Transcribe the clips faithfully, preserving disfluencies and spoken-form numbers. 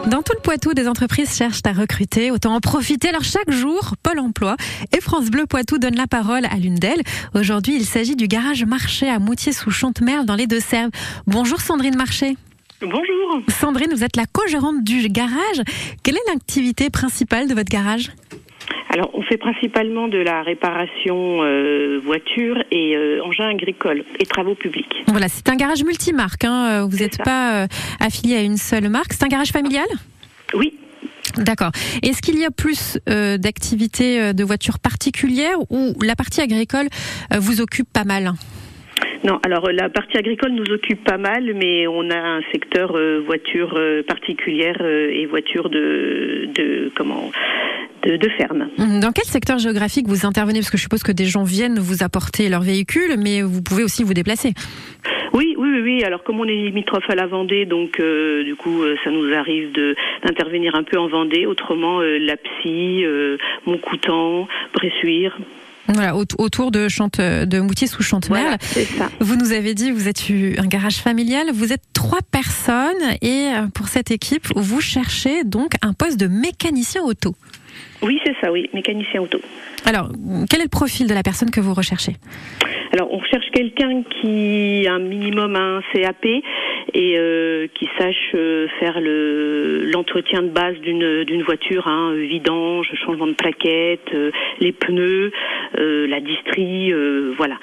Dans tout le Poitou, des entreprises cherchent à recruter, autant en profiter. Alors chaque jour, Pôle emploi et France Bleu Poitou donnent la parole à l'une d'elles. Aujourd'hui, il s'agit du garage Marché à Moutier-sous-Chantemerle dans les Deux-Sèvres. Bonjour Sandrine Marché. Bonjour. Sandrine, vous êtes la co-gérante du garage. Quelle est l'activité principale de votre garage ? Alors, on fait principalement de la réparation euh, voiture et euh, engins agricoles et travaux publics. Voilà, c'est un garage multimarque. Hein. Vous n'êtes pas euh, affilié à une seule marque. C'est un garage familial ? Oui. D'accord. Est-ce qu'il y a plus euh, d'activités de voitures particulières ou la partie agricole euh, vous occupe pas mal ? Non, alors la partie agricole nous occupe pas mal, mais on a un secteur euh, voitures euh, particulières euh, et voitures de, de comment de, de ferme. Dans quel secteur géographique vous intervenez ? Parce que je suppose que des gens viennent vous apporter leur véhicule, mais vous pouvez aussi vous déplacer. Oui, oui, oui, oui. Alors comme on est limitrophe à la Vendée, donc euh, du coup euh, ça nous arrive de d'intervenir un peu en Vendée. Autrement, euh, Lapsy, euh, Montcoutan, Bressuire. Voilà, autour de, Chante, de Moutier-sous-Chantemerle. Voilà, c'est ça. Vous nous avez dit, vous êtes un garage familial, vous êtes trois personnes et pour cette équipe, vous cherchez donc un poste de mécanicien auto. Oui, c'est ça, oui, mécanicien auto. Alors, quel est le profil de la personne que vous recherchez ? Alors, on recherche quelqu'un qui a un minimum un C A P et euh, qui sache euh, faire le l'entretien de base d'une d'une voiture, hein, vidange, changement de plaquettes, euh, les pneus, euh, la distrie, euh, voilà.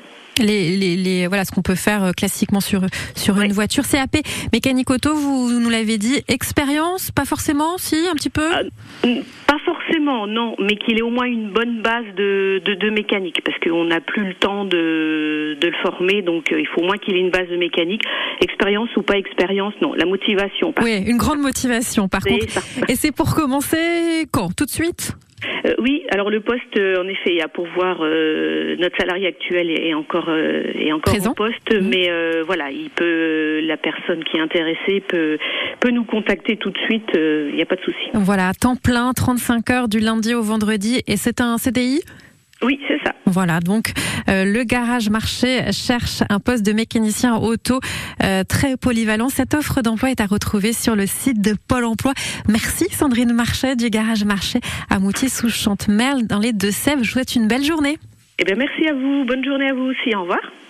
Les, les, les, voilà ce qu'on peut faire classiquement sur sur une ouais. voiture. C A P, mécanique auto, vous nous l'avez dit. Expérience, pas forcément, si, un petit peu. Euh, pas forcément, non, mais qu'il ait au moins une bonne base de de, de mécanique, parce qu'on n'a plus le temps de de le former, donc euh, il faut au moins qu'il ait une base de mécanique. Expérience ou pas expérience, non. La motivation. Par oui, une grande motivation, par contre. Ça. Et c'est pour commencer quand ? Tout de suite ? Euh, oui, alors le poste, euh, en effet, il y a pour voir euh, notre salarié actuel est, est encore euh, est encore Présent. en poste, mmh. mais euh, voilà, il peut la personne qui est intéressée peut peut nous contacter tout de suite, il euh, n'y a pas de souci. Voilà, temps plein, trente-cinq heures du lundi au vendredi, et c'est un C D I ? Oui, c'est ça. Voilà, donc euh, le garage Marché cherche un poste de mécanicien auto euh, très polyvalent. Cette offre d'emploi est à retrouver sur le site de Pôle emploi. Merci Sandrine Marché du garage Marché à Moutier-sous-Chantemerle dans les Deux-Sèvres. Je vous souhaite une belle journée. Eh bien, merci à vous. Bonne journée à vous aussi. Au revoir.